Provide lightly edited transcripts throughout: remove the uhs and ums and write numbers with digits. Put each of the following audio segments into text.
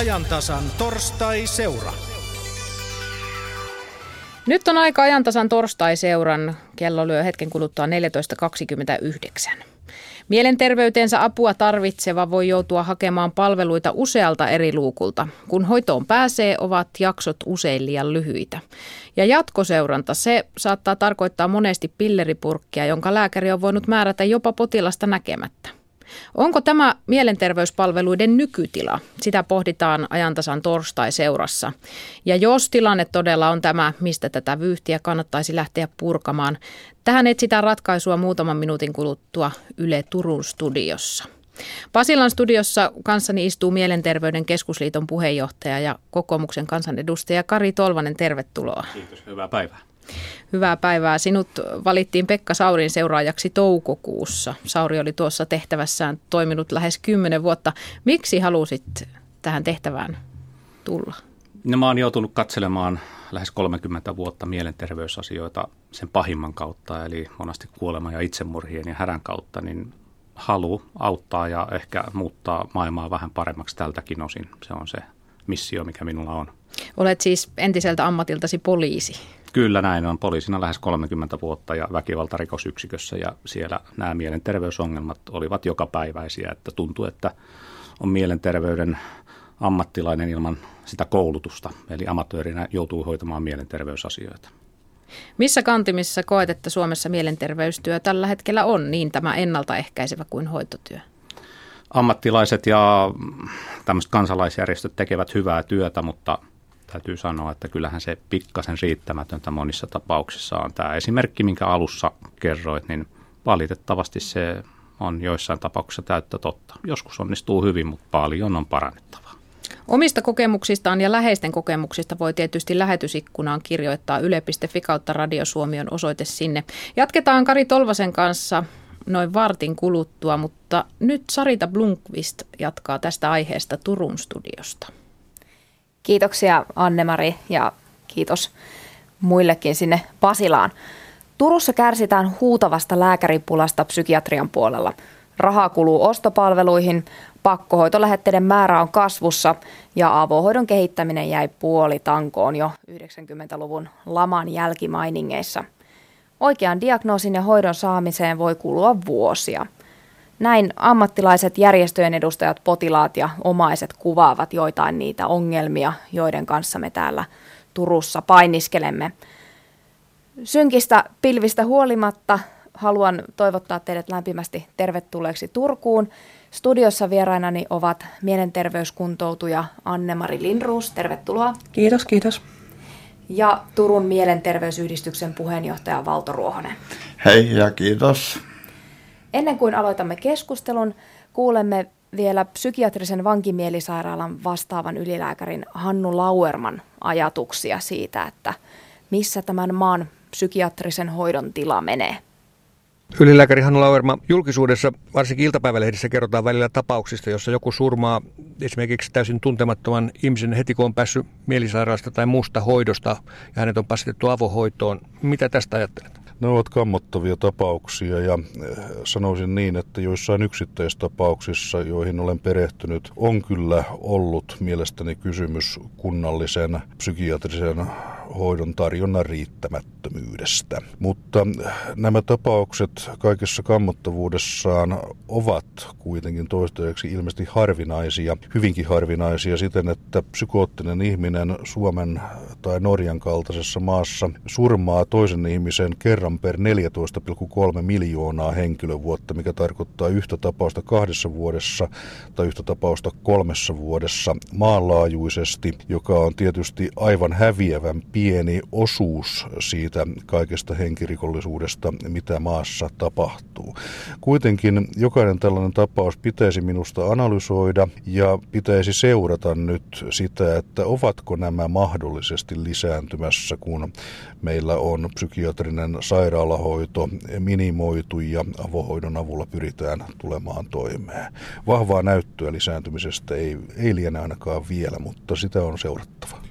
Ajantasan torstai-seura. Nyt on aika Ajantasan torstai-seuran. Kello lyö hetken kuluttua 14.29. Mielenterveyteensä apua tarvitseva voi joutua hakemaan palveluita usealta eri luukulta. Kun hoitoon pääsee, ovat jaksot usein liian lyhyitä. Ja jatkoseuranta, se saattaa tarkoittaa monesti pilleripurkkia, jonka lääkäri on voinut määrätä jopa potilasta näkemättä. Onko tämä mielenterveyspalveluiden nykytila? Sitä pohditaan Ajantasan torstai-seurassa. Ja jos tilanne todella on tämä, mistä tätä vyyhtiä kannattaisi lähteä purkamaan, tähän etsitään ratkaisua muutaman minuutin kuluttua Yle Turun studiossa. Pasilan studiossa kanssani istuu Mielenterveyden keskusliiton puheenjohtaja ja kokoomuksen kansanedustaja Kari Tolvanen. Tervetuloa. Kiitos, hyvää päivää. Hyvää päivää. Sinut valittiin Pekka Saurin seuraajaksi toukokuussa. Sauri oli tuossa tehtävässään toiminut lähes 10 vuotta. Miksi halusit tähän tehtävään tulla? No, mä oon joutunut katselemaan lähes 30 vuotta mielenterveysasioita sen pahimman kautta, eli monasti kuoleman ja itsemurhien ja hädän kautta, niin halu auttaa ja ehkä muuttaa maailmaa vähän paremmaksi tältäkin osin. Se on se missio, mikä minulla on. Olet siis entiseltä ammatiltasi poliisi. Kyllä näin on. Poliisina lähes 30 vuotta ja väkivaltarikosyksikössä, ja siellä nämä mielenterveysongelmat olivat jokapäiväisiä, että tuntui, että on mielenterveyden ammattilainen ilman sitä koulutusta, eli amatöörinä joutuu hoitamaan mielenterveysasioita. Missä kantimissa koet, että Suomessa mielenterveystyö tällä hetkellä on niin tämä ennaltaehkäisevä kuin hoitotyö? Ammattilaiset ja tämmöiset kansalaisjärjestöt tekevät hyvää työtä, mutta täytyy sanoa, että kyllähän se pikkasen riittämätöntä monissa tapauksissa on. Tämä esimerkki, minkä alussa kerroit, niin valitettavasti se on joissain tapauksissa täyttä totta. Joskus onnistuu hyvin, mutta paljon on parannettavaa. Omista kokemuksistaan ja läheisten kokemuksista voi tietysti lähetysikkunaan kirjoittaa yle.fi/Radio Suomi on osoite sinne. Jatketaan Kari Tolvasen kanssa noin vartin kuluttua, mutta nyt Sarita Blomqvist jatkaa tästä aiheesta Turun studiosta. Kiitoksia Anne-Mari ja kiitos muillekin sinne Pasilaan. Turussa kärsitään huutavasta lääkäripulasta psykiatrian puolella. Rahaa kuluu ostopalveluihin, pakkohoitolähetteiden määrä on kasvussa ja avohoidon kehittäminen jäi puolitankoon jo 90-luvun laman jälkimainingeissa. Oikean diagnoosin ja hoidon saamiseen voi kulua vuosia. Näin ammattilaiset, järjestöjen edustajat, potilaat ja omaiset kuvaavat joitain niitä ongelmia, joiden kanssa me täällä Turussa painiskelemme. Synkistä pilvistä huolimatta haluan toivottaa teidät lämpimästi tervetulleeksi Turkuun. Studiossa vierainani ovat mielenterveyskuntoutuja Anne-Mari Lindroos. Tervetuloa. Kiitos, kiitos. Ja Turun mielenterveysyhdistyksen puheenjohtaja Valto Ruohonen. Hei ja kiitos. Ennen kuin aloitamme keskustelun, kuulemme vielä psykiatrisen vankimielisairaalan vastaavan ylilääkärin Hannu Lauerman ajatuksia siitä, että missä tämän maan psykiatrisen hoidon tila menee. Ylilääkäri Hannu Lauerma, julkisuudessa, varsinkin iltapäivälehdissä, kerrotaan välillä tapauksista, jossa joku surmaa esimerkiksi täysin tuntemattoman ihmisen heti, kun on päässyt mielisairaalasta tai muusta hoidosta ja hänet on päästetty avohoitoon. Mitä tästä ajattelet? Ne ovat kammottavia tapauksia ja sanoisin niin, että joissain yksittäistapauksissa, joihin olen perehtynyt, on kyllä ollut mielestäni kysymys kunnallisen psykiatrisen hoidon tarjonnan riittämättömyydestä. Mutta nämä tapaukset kaikessa kammottavuudessaan ovat kuitenkin toistaiseksi ilmeisesti harvinaisia, hyvinkin harvinaisia siten, että psykoottinen ihminen Suomen tai Norjan kaltaisessa maassa surmaa toisen ihmisen kerran per 14,3 miljoonaa henkilövuotta, mikä tarkoittaa yhtä tapausta 2 vuodessa tai yhtä tapausta 3 vuodessa maanlaajuisesti, joka on tietysti aivan häviävän pieni osuus siitä kaikesta henkirikollisuudesta, mitä maassa tapahtuu. Kuitenkin jokainen tällainen tapaus pitäisi minusta analysoida ja pitäisi seurata nyt sitä, että ovatko nämä mahdollisesti lisääntymässä, kun meillä on psykiatrinen sairaalahoito minimoitu ja avohoidon avulla pyritään tulemaan toimeen. Vahvaa näyttöä lisääntymisestä ei liene ainakaan vielä, mutta sitä on seurattava.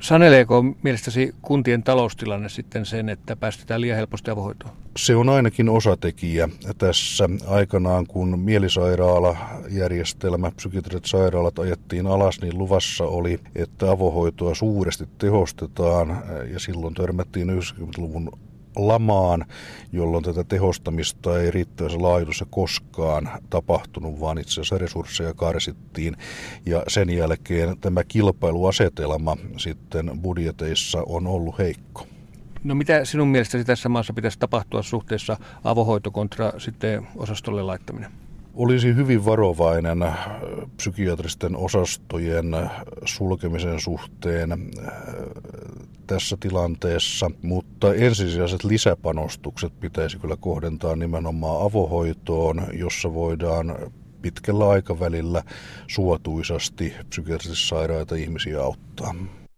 Saneleeko mielestäsi kuntien taloustilanne sitten sen, että päästetään liian helposti avohoitoon? Se on ainakin osatekijä tässä aikanaan, kun mielisairaalajärjestelmä, psykiatriset sairaalat ajettiin alas, niin luvassa oli, että avohoitoa suuresti tehostetaan ja silloin törmättiin 90-luvun lamaan, jolloin tätä tehostamista ei riittävässä laajuudessa koskaan tapahtunut, vaan itse asiassa resursseja karsittiin. Ja sen jälkeen tämä kilpailuasetelma sitten budjeteissa on ollut heikko. No mitä sinun mielestäsi tässä maassa pitäisi tapahtua suhteessa avohoito kontra sitten osastolle laittaminen? Olisi hyvin varovainen psykiatristen osastojen sulkemisen suhteen tässä tilanteessa, mutta ensisijaiset lisäpanostukset pitäisi kyllä kohdentaa nimenomaan avohoitoon, jossa voidaan pitkällä aikavälillä suotuisasti psykiatrisesti sairaita ihmisiä auttaa.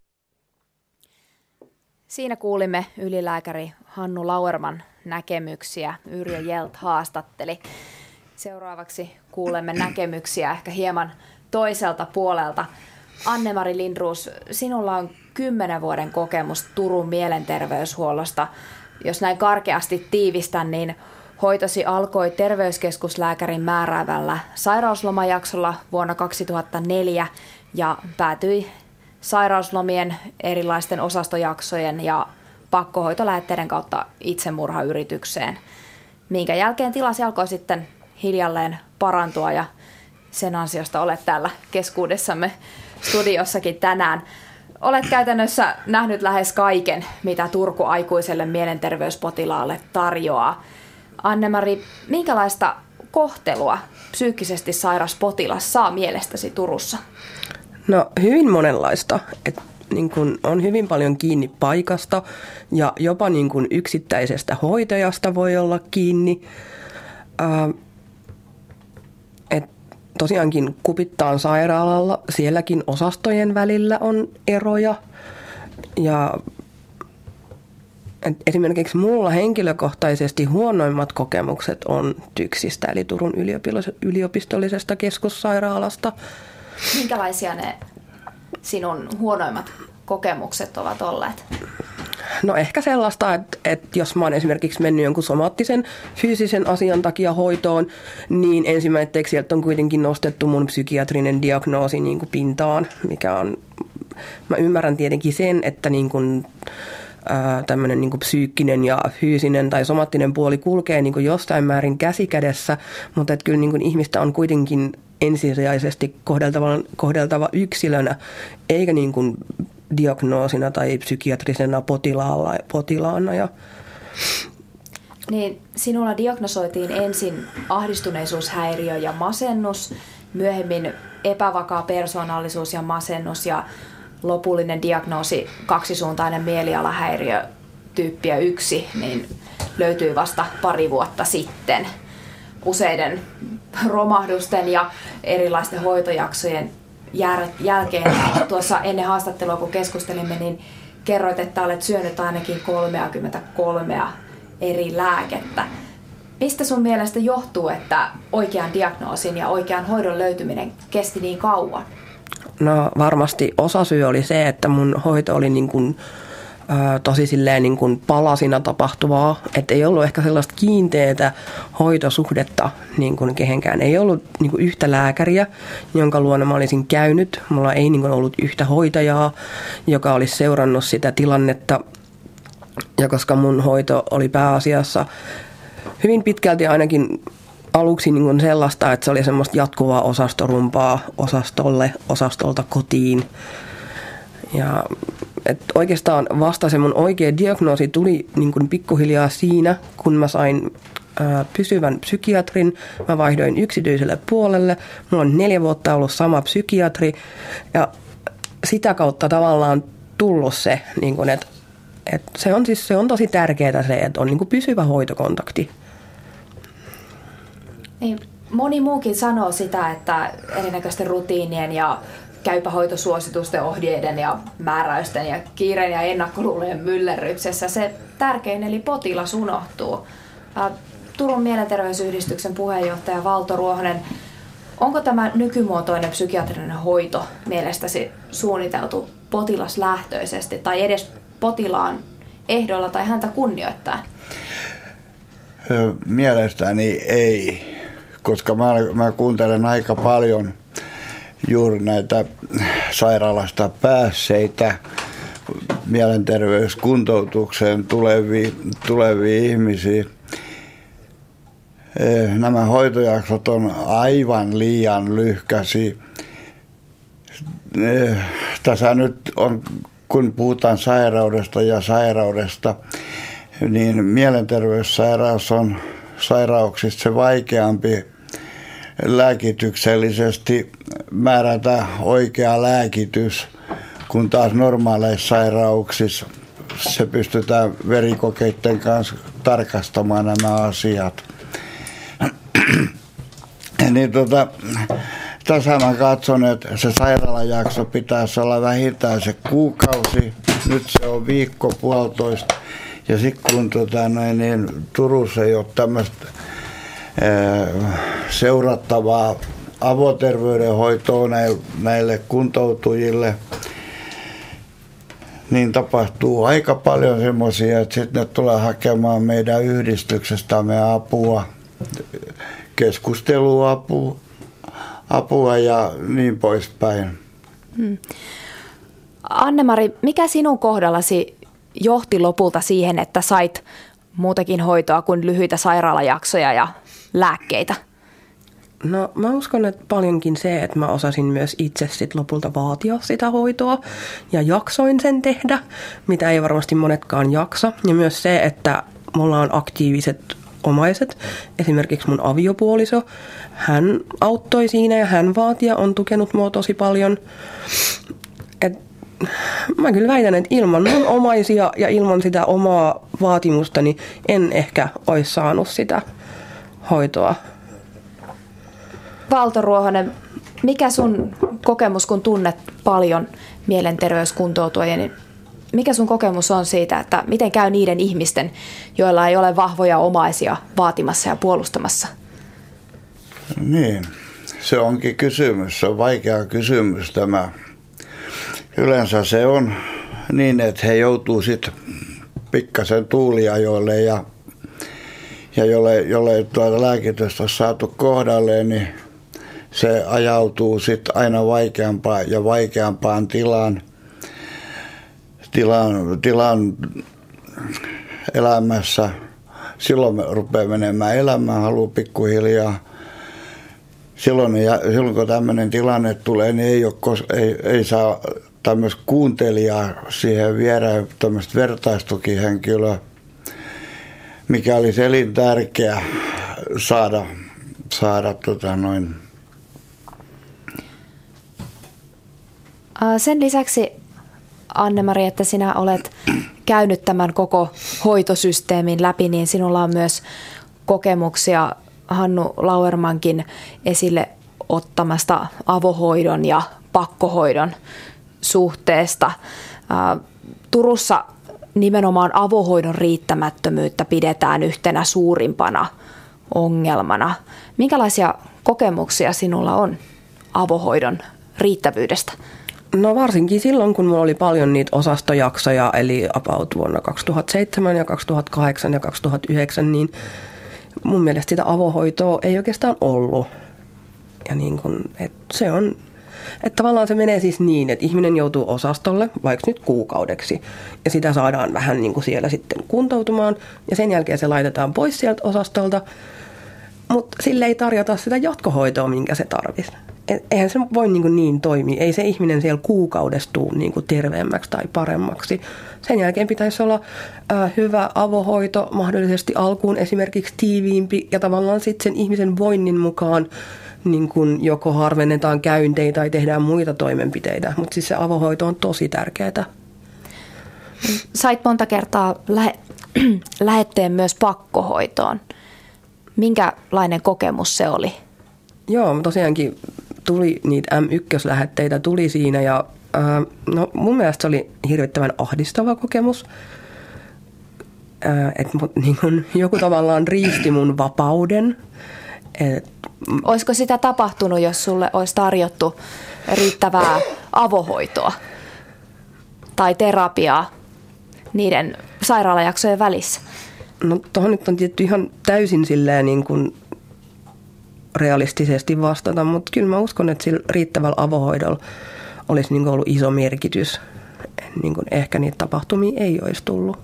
Siinä kuulimme ylilääkäri Hannu Lauerman näkemyksiä. Yrjö Hjelt haastatteli. Seuraavaksi kuulemme näkemyksiä ehkä hieman toiselta puolelta. Anne-Mari Lindroos, sinulla on 10 vuoden kokemus Turun mielenterveyshuollosta. Jos näin karkeasti tiivistän, niin hoitosi alkoi terveyskeskuslääkärin määräävällä sairauslomajaksolla vuonna 2004 ja päätyi sairauslomien, erilaisten osastojaksojen ja pakkohoitoläätteiden kautta itsemurhayritykseen, minkä jälkeen tilasi alkoi sitten hiljalleen parantua ja sen ansiosta olet täällä keskuudessamme studiossakin tänään. Olet käytännössä nähnyt lähes kaiken, mitä Turku aikuiselle mielenterveyspotilaalle tarjoaa. Anne-Mari, minkälaista kohtelua psyykkisesti sairas potilas saa mielestäsi Turussa? No hyvin monenlaista. Niin kun on hyvin paljon kiinni paikasta ja jopa niin kun yksittäisestä hoitajasta voi olla kiinni. Tosiaankin Kupittaan sairaalalla, sielläkin osastojen välillä on eroja. Ja esimerkiksi mulla henkilökohtaisesti huonoimmat kokemukset on TYKSistä, eli Turun yliopistollisesta keskussairaalasta. Minkälaisia ne sinun huonoimmat kokemukset ovat olleet? No ehkä sellaista, että jos mä oon esimerkiksi mennyt jonkun somaattisen fyysisen asian takia hoitoon, niin ensimmäiseksi sieltä on kuitenkin nostettu mun psykiatrinen diagnoosi niin kuin pintaan, mikä on, mä ymmärrän tietenkin sen, että niin kuin, tämmöinen niin kuin psyykkinen ja fyysinen tai somaattinen puoli kulkee niin kuin jostain määrin käsi kädessä, mutta että kyllä niin kuin ihmistä on kuitenkin ensisijaisesti kohdeltava yksilönä, eikä niin kuin diagnoosina tai psykiatrisena potilaana. Niin, sinulla diagnosoitiin ensin ahdistuneisuushäiriö ja masennus, myöhemmin epävakaa persoonallisuus ja masennus ja lopullinen diagnoosi kaksisuuntainen mielialahäiriö tyyppiä 1 niin löytyy vasta pari vuotta sitten. Useiden romahdusten ja erilaisten hoitojaksojen jälkeen tuossa ennen haastattelua, kun keskustelimme, niin kerroit, että olet syönyt ainakin 33 eri lääkettä. Mistä sun mielestä johtuu, että oikean diagnoosin ja oikean hoidon löytyminen kesti niin kauan? No varmasti osasyy oli se, että mun hoito oli niin kuin tosi silleen niin kuin palasina tapahtuvaa, että ei ollut ehkä sellaista kiinteätä hoitosuhdetta niin kuin kehenkään. Ei ollut niin kuin yhtä lääkäriä, jonka luona mä olisin käynyt. Mulla ei niin kuin ollut yhtä hoitajaa, joka olisi seurannut sitä tilannetta. Ja koska mun hoito oli pääasiassa hyvin pitkälti ainakin aluksi niin kuin sellaista, että se oli semmoista jatkuvaa osastorumpaa osastolta kotiin. Ja oikeastaan vasta se mun oikea diagnoosi tuli niin kuin pikkuhiljaa siinä, kun mä sain pysyvän psykiatrin. Mä vaihdoin yksityiselle puolelle. Mulla on 4 vuotta ollut sama psykiatri ja sitä kautta tavallaan tullut se, niin kuin, että se on tosi tärkeää se, että on niin kuin pysyvä hoitokontakti. Niin, moni muukin sanoo sitä, että erinäköisten rutiinien ja käypähoitosuositusten, ohjeiden ja määräysten ja kiireen ja ennakkoluulojen myllerryksessä se tärkein eli potilas unohtuu. Turun mielenterveysyhdistyksen puheenjohtaja Valto Ruohonen, onko tämä nykymuotoinen psykiatrinen hoito mielestäsi suunniteltu potilaslähtöisesti tai edes potilaan ehdolla tai häntä kunnioittaa? Mielestäni ei, koska mä kuuntelen aika paljon juuri näitä sairaalasta päässeitä mielenterveyskuntoutukseen tulevia ihmisiä. Nämä hoitojaksot on aivan liian lyhkäisiä. Tässä nyt on, kun puhutaan sairaudesta, niin mielenterveyssairaus on sairauksista se vaikeampi lääkityksellisesti määrätä oikea lääkitys, kun taas normaaleissa sairauksissa se pystytään verikokeiden kanssa tarkastamaan nämä asiat. Niin tässä mä katson, että se sairaalajakso pitäisi olla vähintään se kuukausi, nyt se on viikko, puolitoista. Ja sitten kun niin Turussa ei ole tämmöistä seurattavaa avoterveydenhoitoa näille kuntoutujille, niin tapahtuu aika paljon semmoisia, että sitten ne tulee hakemaan meidän yhdistyksestämme apua, keskusteluapua ja niin poispäin. Anne-Mari, mikä sinun kohdallasi johti lopulta siihen, että sait muutakin hoitoa kuin lyhyitä sairaalajaksoja ja lääkkeitä? No mä uskon, että paljonkin se, että mä osasin myös itse sit lopulta vaatia sitä hoitoa ja jaksoin sen tehdä, mitä ei varmasti monetkaan jaksa. Ja myös se, että mulla on aktiiviset omaiset, esimerkiksi mun aviopuoliso, hän auttoi siinä ja hän vaati ja on tukenut mua tosi paljon. Mä kyllä väitän, että ilman mun omaisia ja ilman sitä omaa vaatimustani en ehkä olisi saanut sitä hoitoa. Valto Ruohonen, mikä sun kokemus, kun tunnet paljon mielenterveyskuntoutujia, niin mikä sun kokemus on siitä, että miten käy niiden ihmisten, joilla ei ole vahvoja omaisia vaatimassa ja puolustamassa? Niin, se onkin kysymys. Se on vaikea kysymys tämä. Yleensä se on niin, että he joutuu sitten pikkasen tuuliajoille ja jolle lääkitystä on saatu kohdalleen, niin se ajautuu sitten aina vaikeampaan ja vaikeampaan tilaan elämässä. Silloin rupeaa menemään elämään, haluaa pikkuhiljaa. Silloin kun tämmöinen tilanne tulee, niin ei saa tämmöistä kuuntelijaa siihen viereen, tämmöistä vertaistukihenkilöä, mikä olisi elintärkeä saada Sen lisäksi, Anne-Mari, että sinä olet käynyt tämän koko hoitosysteemin läpi, niin sinulla on myös kokemuksia Hannu Lauermankin esille ottamasta avohoidon ja pakkohoidon suhteesta. Turussa nimenomaan avohoidon riittämättömyyttä pidetään yhtenä suurimpana ongelmana. Minkälaisia kokemuksia sinulla on avohoidon riittävyydestä? No varsinkin silloin, kun minulla oli paljon niitä osastojaksoja, eli about vuonna 2007 ja 2008 ja 2009, niin mun mielestä sitä avohoitoa ei oikeastaan ollut. Ja niin kun, se on, että tavallaan se menee siis niin, että ihminen joutuu osastolle vaikka nyt kuukaudeksi ja sitä saadaan vähän niin kuin siellä sitten kuntoutumaan ja sen jälkeen se laitetaan pois sieltä osastolta, mutta sille ei tarjota sitä jatkohoitoa, minkä se tarvitsee. Eihän se voi niin toimia. Ei se ihminen siellä kuukaudessa tule niin terveemmäksi tai paremmaksi. Sen jälkeen pitäisi olla hyvä avohoito, mahdollisesti alkuun esimerkiksi tiiviimpi ja tavallaan sitten sen ihmisen voinnin mukaan niin kun joko harvennetaan käyntejä tai tehdään muita toimenpiteitä. Mutta siis se avohoito on tosi tärkeää. Sait monta kertaa lähetteen myös pakkohoitoon. Minkälainen kokemus se oli? Joo, tosiaankin tuli niitä M1-lähetteitä tuli siinä ja no mun mielestä se oli hirvittävän ahdistava kokemus. Että niin kun joku tavallaan riisti mun vapauden. Olisiko sitä tapahtunut, jos sulle olisi tarjottu riittävää avohoitoa? tai terapiaa niiden sairaalajaksojen välissä? No tuohon nyt on tietty ihan täysin silleen niin kuin realistisesti vastata, mutta kyllä mä uskon, että sillä riittävällä avohoidolla olisi niin kuin ollut iso merkitys. Niin kuin ehkä niitä tapahtumia ei olisi tullut.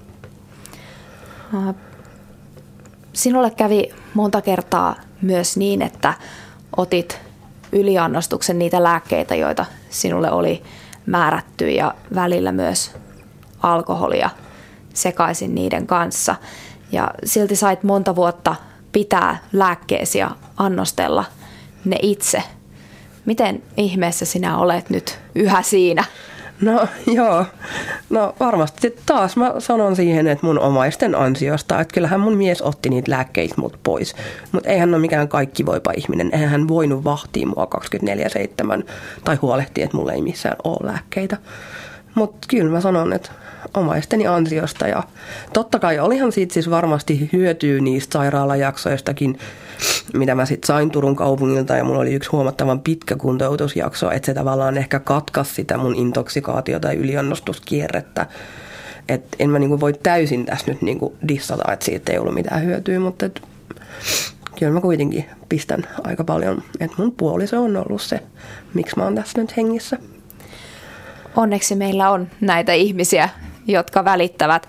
Sinulle kävi monta kertaa myös niin, että otit yliannostuksen niitä lääkkeitä, joita sinulle oli määrätty, ja välillä myös alkoholia sekaisin niiden kanssa. Ja silti sait monta vuotta pitää lääkkeesi ja annostella ne itse. Miten ihmeessä sinä olet nyt yhä siinä? No joo, no varmasti taas mä sanon siihen, että mun omaisten ansiosta, että kyllähän mun mies otti niitä lääkkeitä mut pois. Mutta eihän ole mikään kaikkivoipa ihminen, eihän hän voinut vahtia mua 24/7 tai huolehtia, että mulla ei missään ole lääkkeitä. Mutta kyllä mä sanon, että omaisteni ansiosta, ja totta kai olihan siitä siis varmasti hyötyä niistä sairaalajaksoistakin, mitä mä sitten sain Turun kaupungilta, ja mulla oli yksi huomattavan pitkä kuntoutusjakso, että se tavallaan ehkä katkaisi sitä mun intoksikaatiota ja yliannostuskierrettä. Että en mä niinku voi täysin tässä nyt niinku dissata, että siitä ei ollut mitään hyötyä, mutta kyllä mä kuitenkin pistän aika paljon, että mun puoliso on ollut se, miksi mä oon tässä nyt hengissä. Onneksi meillä on näitä ihmisiä, jotka välittävät.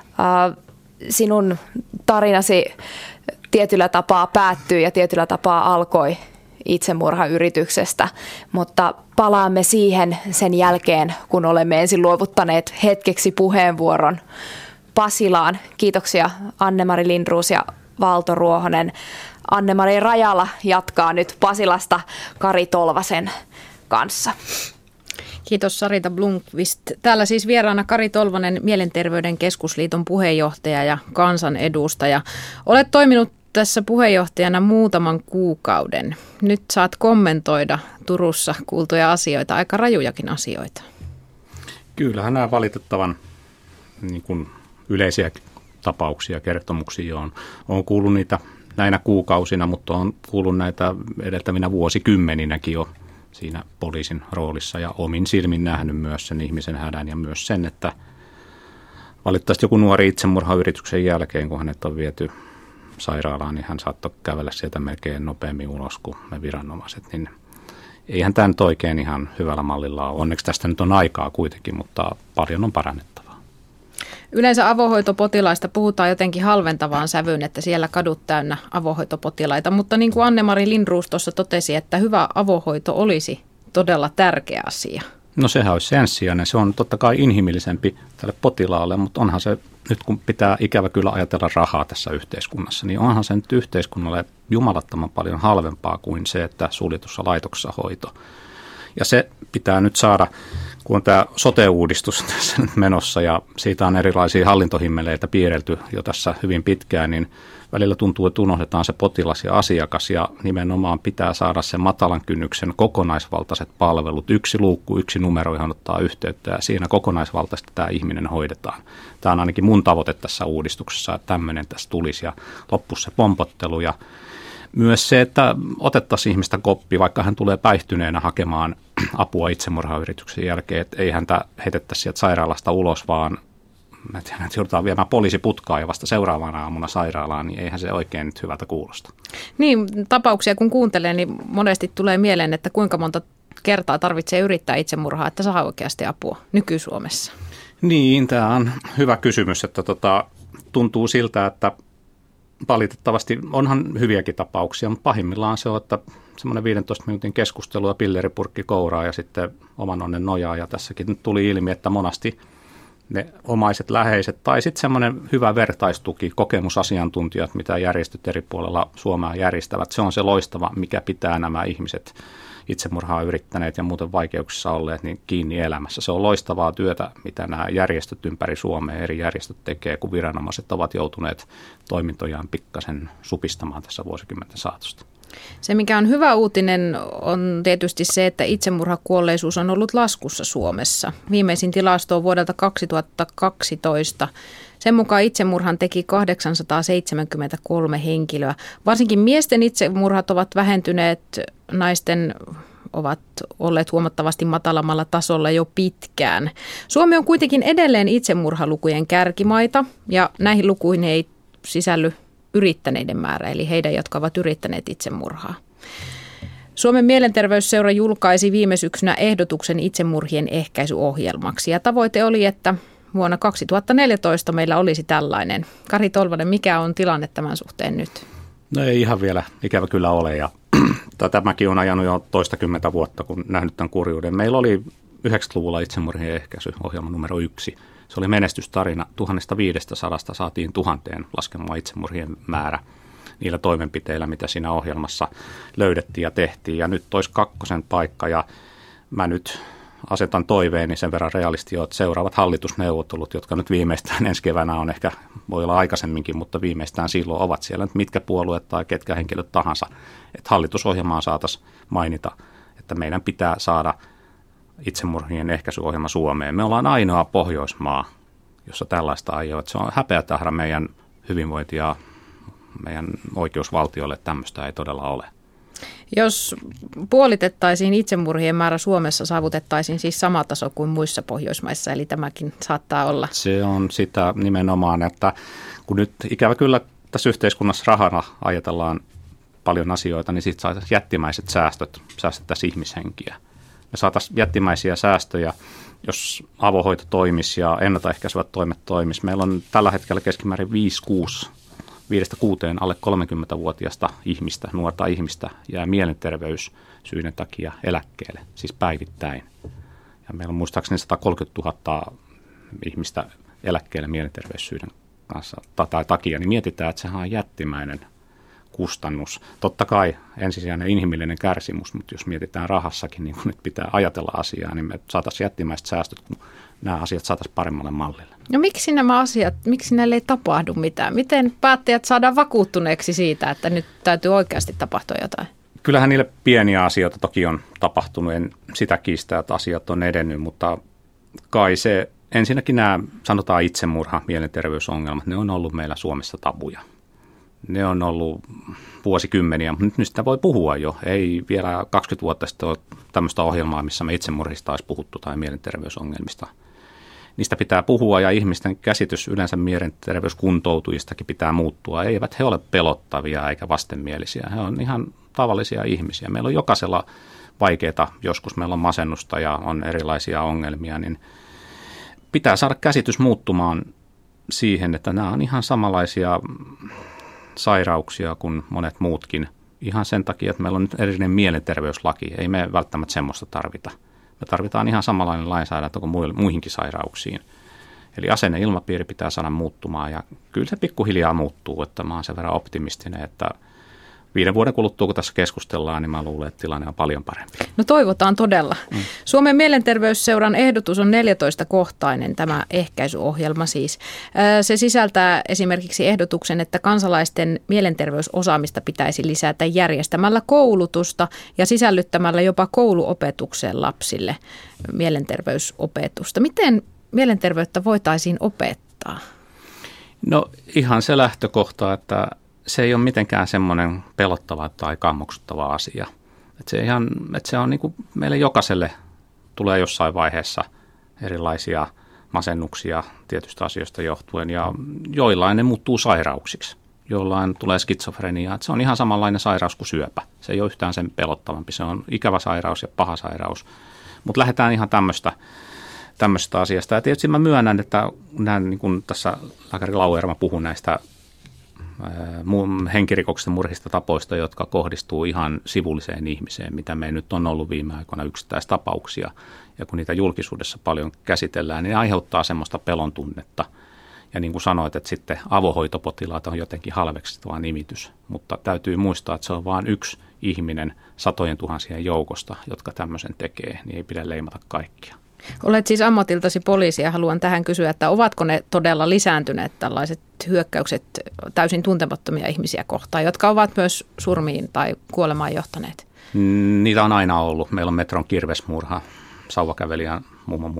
Sinun tarinasi tietyllä tapaa päättyi ja tietyllä tapaa alkoi itsemurhayrityksestä, mutta palaamme siihen sen jälkeen, kun olemme ensin luovuttaneet hetkeksi puheenvuoron Pasilaan. Kiitoksia Anne-Mari Lindroos ja Valto Ruohonen. Anne-Mari Rajala jatkaa nyt Pasilasta Kari Tolvasen kanssa. Kiitos Sarita Blomqvist. Täällä siis vieraana Kari Tolvanen, Mielenterveyden keskusliiton puheenjohtaja ja kansanedustaja. Olet toiminut tässä puheenjohtajana muutaman kuukauden. Nyt saat kommentoida Turussa kuultuja asioita, aika rajujakin asioita. Kyllähän nämä valitettavan niin kuin yleisiä tapauksia, kertomuksia on kuullut niitä näinä kuukausina, mutta on kuullut näitä edeltävinä vuosikymmeninäkin jo siinä poliisin roolissa ja omin silmin nähnyt myös sen ihmisen hädän ja myös sen, että valitettavasti joku nuori itsemurhayrityksen jälkeen, kun hänet on viety sairaalaan, niin hän saattoi kävellä sieltä melkein nopeammin ulos kuin me viranomaiset, niin eihän tämä nyt oikein ihan hyvällä mallilla ole. Onneksi tästä nyt on aikaa kuitenkin, mutta paljon on parannettavaa. Yleensä avohoitopotilaista puhutaan jotenkin halventavaan sävyyn, että siellä kadut täynnä avohoitopotilaita, mutta niin kuin Anne-Mari Lindroos tuossa totesi, että hyvä avohoito olisi todella tärkeä asia. No sehän olisi ensisijainen. Se on totta kai inhimillisempi tälle potilaalle, mutta onhan se nyt kun pitää ikävä kyllä ajatella rahaa tässä yhteiskunnassa, niin onhan se nyt yhteiskunnalle jumalattoman paljon halvempaa kuin se, että suljetussa laitoksessa hoito. Ja se pitää nyt saada, kun on tämä sote-uudistus tässä nyt menossa ja siitä on erilaisia hallintohimmeleitä piirrelty jo tässä hyvin pitkään, niin välillä tuntuu, että unohdetaan se potilas ja asiakas ja nimenomaan pitää saada sen matalan kynnyksen kokonaisvaltaiset palvelut. Yksi luukku, yksi numero, johon ottaa yhteyttä ja siinä kokonaisvaltaisesti tämä ihminen hoidetaan. Tämä on ainakin mun tavoite tässä uudistuksessa, että tämmöinen tässä tulisi ja loppuisi se pompottelu ja myös se, että otettaisiin ihmistä koppi, vaikka hän tulee päihtyneenä hakemaan apua itsemurhayrityksen jälkeen, että ei häntä heitettäisi sieltä sairaalasta ulos, vaan että hänet joudutaan viemään poliisiputkaa ja vasta seuraavana aamuna sairaalaan, niin eihän se oikein nyt hyvältä kuulosta. Niin, tapauksia kun kuuntelee, niin monesti tulee mieleen, että kuinka monta kertaa tarvitsee yrittää itsemurhaa, että saa oikeasti apua nyky-Suomessa. Niin, tämä on hyvä kysymys, että tuntuu siltä, että valitettavasti onhan hyviäkin tapauksia, mutta pahimmillaan se on, että semmoinen 15 minuutin keskustelu ja pilleripurkki kouraa ja sitten oman onnen nojaa. Ja tässäkin nyt tuli ilmi, että monasti ne omaiset läheiset tai sitten semmoinen hyvä vertaistuki, kokemusasiantuntijat, mitä järjestöt eri puolella Suomea järjestävät. Se on se loistava, mikä pitää nämä ihmiset itsemurhaa yrittäneet ja muuten vaikeuksissa olleet niin kiinni elämässä. Se on loistavaa työtä, mitä nämä järjestöt ympäri Suomea, eri järjestöt tekee, kun viranomaiset ovat joutuneet toimintojaan pikkasen supistamaan tässä vuosikymmenten saatosta. Se, mikä on hyvä uutinen, on tietysti se, että itsemurhakuolleisuus on ollut laskussa Suomessa. Viimeisin tilasto on vuodelta 2012. Sen mukaan itsemurhan teki 873 henkilöä. Varsinkin miesten itsemurhat ovat vähentyneet, naisten ovat olleet huomattavasti matalammalla tasolla jo pitkään. Suomi on kuitenkin edelleen itsemurhalukujen kärkimaita ja näihin lukuihin ei sisälly yrittäneiden määrä, eli heidän, jotka ovat yrittäneet itsemurhaa. Suomen mielenterveysseura julkaisi viime syksynä ehdotuksen itsemurhien ehkäisyohjelmaksi ja tavoite oli, että vuonna 2014 meillä olisi tällainen. Kari Tolvanen, mikä on tilanne tämän suhteen nyt? No ei ihan vielä ikävä kyllä ole ja tämäkin on ajanut jo toistakymmentä vuotta, kun nähnyt tämän kurjuuden. Meillä oli 90-luvulla itsemurhien ehkäisyohjelma numero 1. Se oli menestystarina. 1500 saatiin 1000 laskemaan itsemurhien määrä niillä toimenpiteillä, mitä siinä ohjelmassa löydettiin ja tehtiin. Ja nyt olisi 2. paikka ja mä nyt asetan toiveeni sen verran realisti jo, että seuraavat hallitusneuvottelut, jotka nyt viimeistään ensi keväänä on ehkä, voi olla aikaisemminkin, mutta viimeistään silloin ovat siellä nyt mitkä puolueet tai ketkä henkilöt tahansa, että hallitusohjelmaan saataisiin mainita, että meidän pitää saada itsemurhien ehkäisyohjelma Suomeen. Me ollaan ainoa Pohjoismaa, jossa tällaista ei ole. Että se on häpeätahra meidän hyvinvointi ja meidän oikeusvaltiolle, että tämmöistä ei todella ole. Jos puolitettaisiin itsemurhien määrä Suomessa, saavutettaisiin siis sama taso kuin muissa Pohjoismaissa, eli tämäkin saattaa olla. Se on sitä nimenomaan, että kun nyt ikävä kyllä tässä yhteiskunnassa rahana ajatellaan paljon asioita, niin siitä saataisiin jättimäiset säästöt, säästettäisiin ihmishenkiä. Me saataisiin jättimäisiä säästöjä, jos avohoito toimisi ja ennaltaehkäisevät toimet toimisi. Meillä on tällä hetkellä keskimäärin 5-6 alle 30-vuotiaista ihmistä, nuorta ihmistä jää mielenterveyssyiden takia eläkkeelle, siis päivittäin. Ja meillä on muistaakseni 130 000 ihmistä eläkkeelle mielenterveyssyiden kanssa tai takia, niin mietitään, että sehän on jättimäinen kustannus. Totta kai ensisijainen inhimillinen kärsimys, mutta jos mietitään rahassakin, niin kun nyt pitää ajatella asiaa, niin me saataisiin jättimäiset säästöt, kun nämä asiat saataisiin paremmalle mallille. No miksi nämä asiat, miksi näille ei tapahdu mitään? Miten päättäjät saadaan vakuuttuneeksi siitä, että nyt täytyy oikeasti tapahtua jotain? Kyllähän niille pieniä asioita toki on tapahtunut, en sitä kiistää, että asiat on edennyt, mutta kai se ensinnäkin nämä sanotaan itsemurha, mielenterveysongelmat, ne on ollut meillä Suomessa tabuja. Ne on ollut vuosikymmeniä, mutta nyt sitä voi puhua jo. Ei vielä 20 vuotta sitten ole tämmöistä ohjelmaa, missä me itsemurhista olisi puhuttu tai mielenterveysongelmista. Niistä pitää puhua ja ihmisten käsitys yleensä mielenterveyskuntoutujistakin pitää muuttua. Eivät he ole pelottavia eikä vastenmielisiä. He on ihan tavallisia ihmisiä. Meillä on jokaisella vaikeaa, joskus meillä on masennusta ja on erilaisia ongelmia, niin pitää saada käsitys muuttumaan siihen, että nämä on ihan samanlaisia sairauksia kuin monet muutkin. Ihan sen takia, että meillä on nyt erillinen mielenterveyslaki. Ei me välttämättä semmoista tarvita. Me tarvitaan ihan samanlainen lainsäädäntö kuin muihinkin sairauksiin. Eli asenneilmapiiri pitää saada muuttumaan ja kyllä se pikkuhiljaa muuttuu, että mä oon sen verran optimistinen, että 5 vuoden kuluttua, kun tässä keskustellaan, niin mä luulen, että tilanne on paljon parempi. No toivotaan todella. Suomen mielenterveysseuran ehdotus on 14-kohtainen, tämä ehkäisyohjelma siis. Se sisältää esimerkiksi ehdotuksen, että kansalaisten mielenterveysosaamista pitäisi lisätä järjestämällä koulutusta ja sisällyttämällä jopa kouluopetukseen lapsille mielenterveysopetusta. Miten mielenterveyttä voitaisiin opettaa? No ihan se lähtökohta, että se ei ole mitenkään semmoinen pelottava tai kammoksuttava asia. Että se on niin kuin meille jokaiselle tulee jossain vaiheessa erilaisia masennuksia tietystä asioista johtuen ja joillain ne muuttuu sairauksiksi. Jollain tulee skitsofreniaa. Että se on ihan samanlainen sairaus kuin syöpä. Se ei ole yhtään sen pelottavampi. Se on ikävä sairaus ja paha sairaus. Mutta lähdetään ihan tämmöistä asiasta. Ja tietysti mä myönnän, että niin kuin tässä lääkäri Lauerma puhui näistä henkirikoksista, murhista, tapoista, jotka kohdistuu ihan sivulliseen ihmiseen, mitä me nyt on ollut viime aikoina yksittäistapauksia. Ja kun niitä julkisuudessa paljon käsitellään, niin ne aiheuttaa semmoista pelon tunnetta. Ja niin kuin sanoit, että sitten avohoitopotilaat on jotenkin halveksittava nimitys. Mutta täytyy muistaa, että se on vain yksi ihminen satojen tuhansien joukosta, jotka tämmöisen tekee, niin ei pidä leimata kaikkia. Olet siis ammatiltasi poliisi ja haluan tähän kysyä, että ovatko ne todella lisääntyneet tällaiset hyökkäykset täysin tuntemattomia ihmisiä kohtaan, jotka ovat myös surmiin tai kuolemaan johtaneet? Niitä on aina ollut. Meillä on metron kirvesmurha, sauvakävelijän mummon murha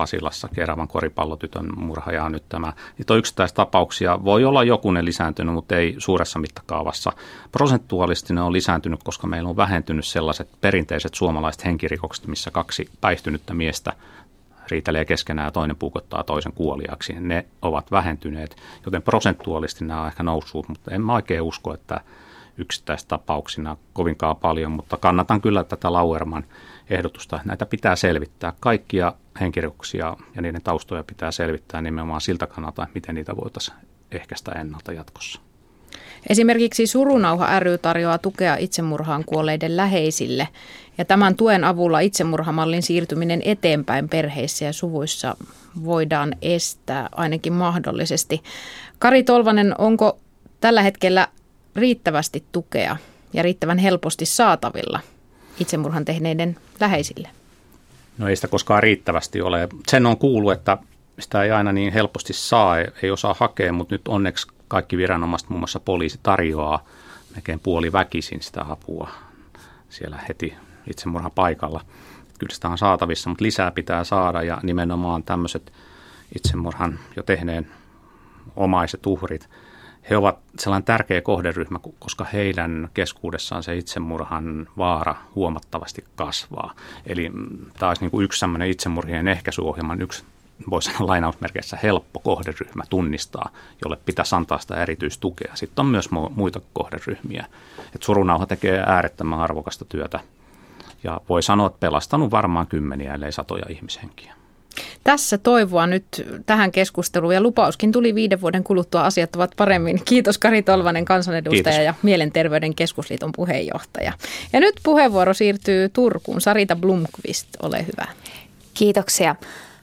Pasilassa Keravan koripallotytön murha ja nyt tämä. Niitä on yksittäistapauksia. Voi olla jokunen lisääntynyt, mutta ei suuressa mittakaavassa. Prosentuaalisesti ne on lisääntynyt, koska meillä on vähentynyt sellaiset perinteiset suomalaiset henkirikokset, missä 2 päihtynyttä miestä riitelee keskenään ja toinen puukottaa toisen kuoliaksi. Ne ovat vähentyneet, joten prosentuaalisesti nämä on ehkä noussut, mutta en mä oikein usko, että yksittäistapauksina kovinkaan paljon, mutta kannatan kyllä tätä Lauerman ehdotusta. Näitä pitää selvittää. Kaikkia henkirikoksia ja niiden taustoja pitää selvittää nimenomaan siltä kannalta, miten niitä voitaisiin ehkäistä ennalta jatkossa. Esimerkiksi Surunauha ry tarjoaa tukea itsemurhaan kuolleiden läheisille ja tämän tuen avulla itsemurhamallin siirtyminen eteenpäin perheissä ja suvuissa voidaan estää ainakin mahdollisesti. Kari Tolvanen, onko tällä hetkellä riittävästi tukea ja riittävän helposti saatavilla itsemurhan tehneiden läheisille? No ei sitä koskaan riittävästi ole. Sen on kuullut, että sitä ei aina niin helposti saa, ei osaa hakea, mutta nyt onneksi kaikki viranomaiset, muun muassa poliisi, tarjoaa melkein puoliväkisin sitä apua siellä heti itsemurhan paikalla. Kyllä sitä on saatavissa, mutta lisää pitää saada ja nimenomaan tämmöiset itsemurhan jo tehneen omaiset uhrit, he ovat sellainen tärkeä kohderyhmä, koska heidän keskuudessaan se itsemurhan vaara huomattavasti kasvaa. Eli tämä olisi niin kuin yksi sellainen itsemurhien ehkäisyohjelman yksi, voisi sanoa lainausmerkeissä, helppo kohderyhmä tunnistaa, jolle pitäisi antaa sitä erityistukea. Sitten on myös muita kohderyhmiä. Et Surunauha tekee äärettömän arvokasta työtä ja voi sanoa, että pelastanut varmaan kymmeniä, ellei satoja ihmishenkiä. Tässä toivoa nyt tähän keskusteluun ja lupauskin tuli 5 vuoden kuluttua asiat ovat paremmin. Kiitos Kari Tolvanen, kansanedustaja. Kiitos. Ja Mielenterveyden keskusliiton puheenjohtaja. Ja nyt puheenvuoro siirtyy Turkuun. Sarita Blomqvist, ole hyvä. Kiitoksia.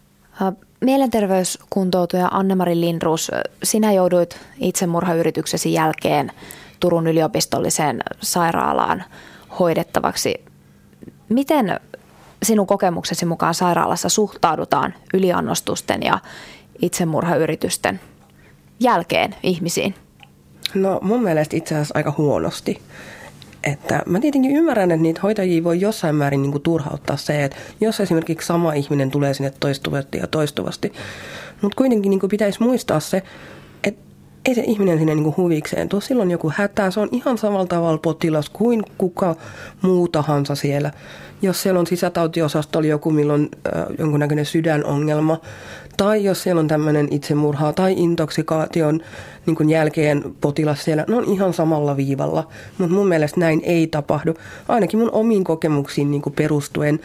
Mielenterveyskuntoutuja Anne-Mari Lindroos, sinä jouduit itsemurhayrityksesi jälkeen Turun yliopistolliseen sairaalaan hoidettavaksi. Miten sinun kokemuksesi mukaan sairaalassa suhtaudutaan yliannostusten ja itsemurhayritysten jälkeen ihmisiin? No mun mielestä itse asiassa aika huonosti. Että mä tietenkin ymmärrän, että niitä hoitajia voi jossain määrin niin kuin turhauttaa se, että jos esimerkiksi sama ihminen tulee sinne toistuvasti. Mutta kuitenkin niin kuin pitäisi muistaa se, että ei se ihminen sinne niin kuin huvikseen tule. Silloin joku hätää, se on ihan samalla tavalla potilas kuin kuka muu tahansa siellä. Jos siellä on sisätautiosastolla joku, milloin jonkunnäköinen sydänongelma, tai jos siellä on tämmöinen itsemurha tai intoksikaation niin kuin jälkeen potilas siellä, ne on ihan samalla viivalla. Mutta mun mielestä näin ei tapahdu. Ainakin mun omiin kokemuksiin niin kuin perustuen.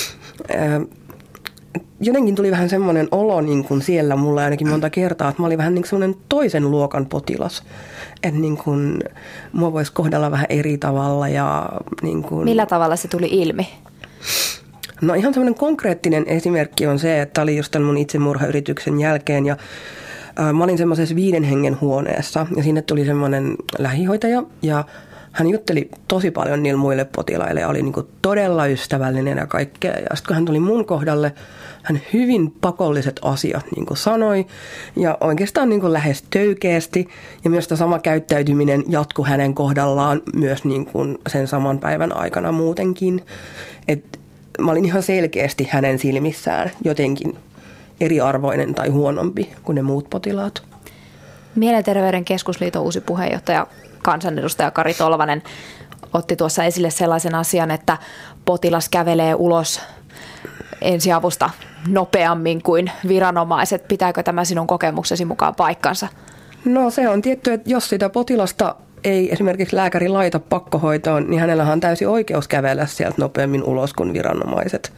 Jotenkin tuli vähän semmoinen olo niin kuin siellä mulla ainakin monta kertaa, että mä olin vähän niin semmoinen toisen luokan potilas. Että niin kuin mua voisi kohdella vähän eri tavalla. Ja niin kuin... Millä tavalla se tuli ilmi? No ihan semmoinen konkreettinen esimerkki on se, että oli just tämän mun itsemurhayrityksen jälkeen ja mä olin semmoisessa 5 hengen huoneessa ja sinne tuli semmoinen lähihoitaja ja hän jutteli tosi paljon niille muille potilaille ja oli niin kuin todella ystävällinen ja kaikkea. Ja sitten kun hän tuli mun kohdalle, hän hyvin pakolliset asiat niin kuin sanoi ja oikeastaan niin kuin lähes töykeästi. Ja myös tämä sama käyttäytyminen jatkui hänen kohdallaan myös niin kuin sen saman päivän aikana muutenkin. Et mä olin ihan selkeästi hänen silmissään jotenkin eriarvoinen tai huonompi kuin ne muut potilaat. Mielenterveyden keskusliiton uusi puheenjohtaja, kansanedustaja Kari Tolvanen otti tuossa esille sellaisen asian, että potilas kävelee ulos ensiavusta nopeammin kuin viranomaiset. Pitääkö tämä sinun kokemuksesi mukaan paikkansa? No se on tietty, että jos sitä potilasta ei esimerkiksi lääkäri laita pakkohoitoon, niin hänellä on täysi oikeus kävellä sieltä nopeammin ulos kuin viranomaiset.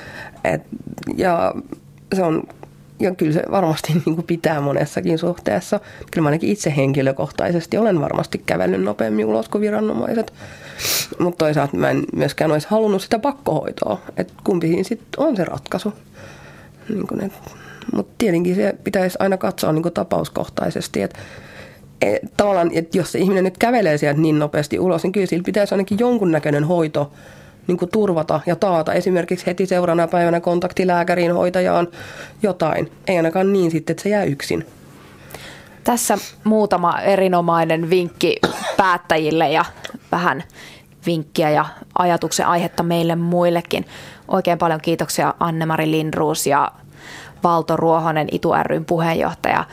Ja se on... Ja kyllä se varmasti niin kuin pitää monessakin suhteessa. Kyllä mä ainakin itse henkilökohtaisesti olen varmasti kävellyt nopeammin ulos kuin viranomaiset. Mutta toisaalta mä en myöskään olisi halunnut sitä pakkohoitoa. Että kumpi siinä sitten on se ratkaisu. Niin mutta tietenkin se pitäisi aina katsoa niin kuin tapauskohtaisesti. Tavallaan, että jos se ihminen nyt kävelee sieltä niin nopeasti ulos, niin kyllä sillä pitäisi ainakin jonkunnäköinen hoito niin kuin turvata ja taata esimerkiksi heti seuraavana päivänä kontaktilääkäriin, hoitajaan, jotain. Ei ainakaan niin sitten, että se jää yksin. Tässä muutama erinomainen vinkki päättäjille ja vähän vinkkiä ja ajatuksen aihetta meille muillekin. Oikein paljon kiitoksia Anne-Mari Lindroos ja Valto Ruohonen, Itu ry:n puheenjohtaja.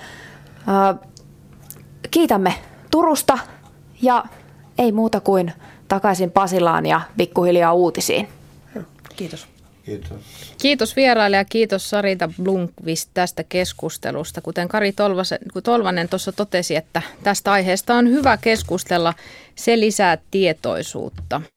Kiitämme Turusta ja ei muuta kuin takaisin Pasilaan ja pikkuhiljaa uutisiin. Kiitos. Kiitos vieraille ja kiitos Sarita Blomqvist tästä keskustelusta. Kuten Kari Tolvanen tuossa totesi, että tästä aiheesta on hyvä keskustella, se lisää tietoisuutta.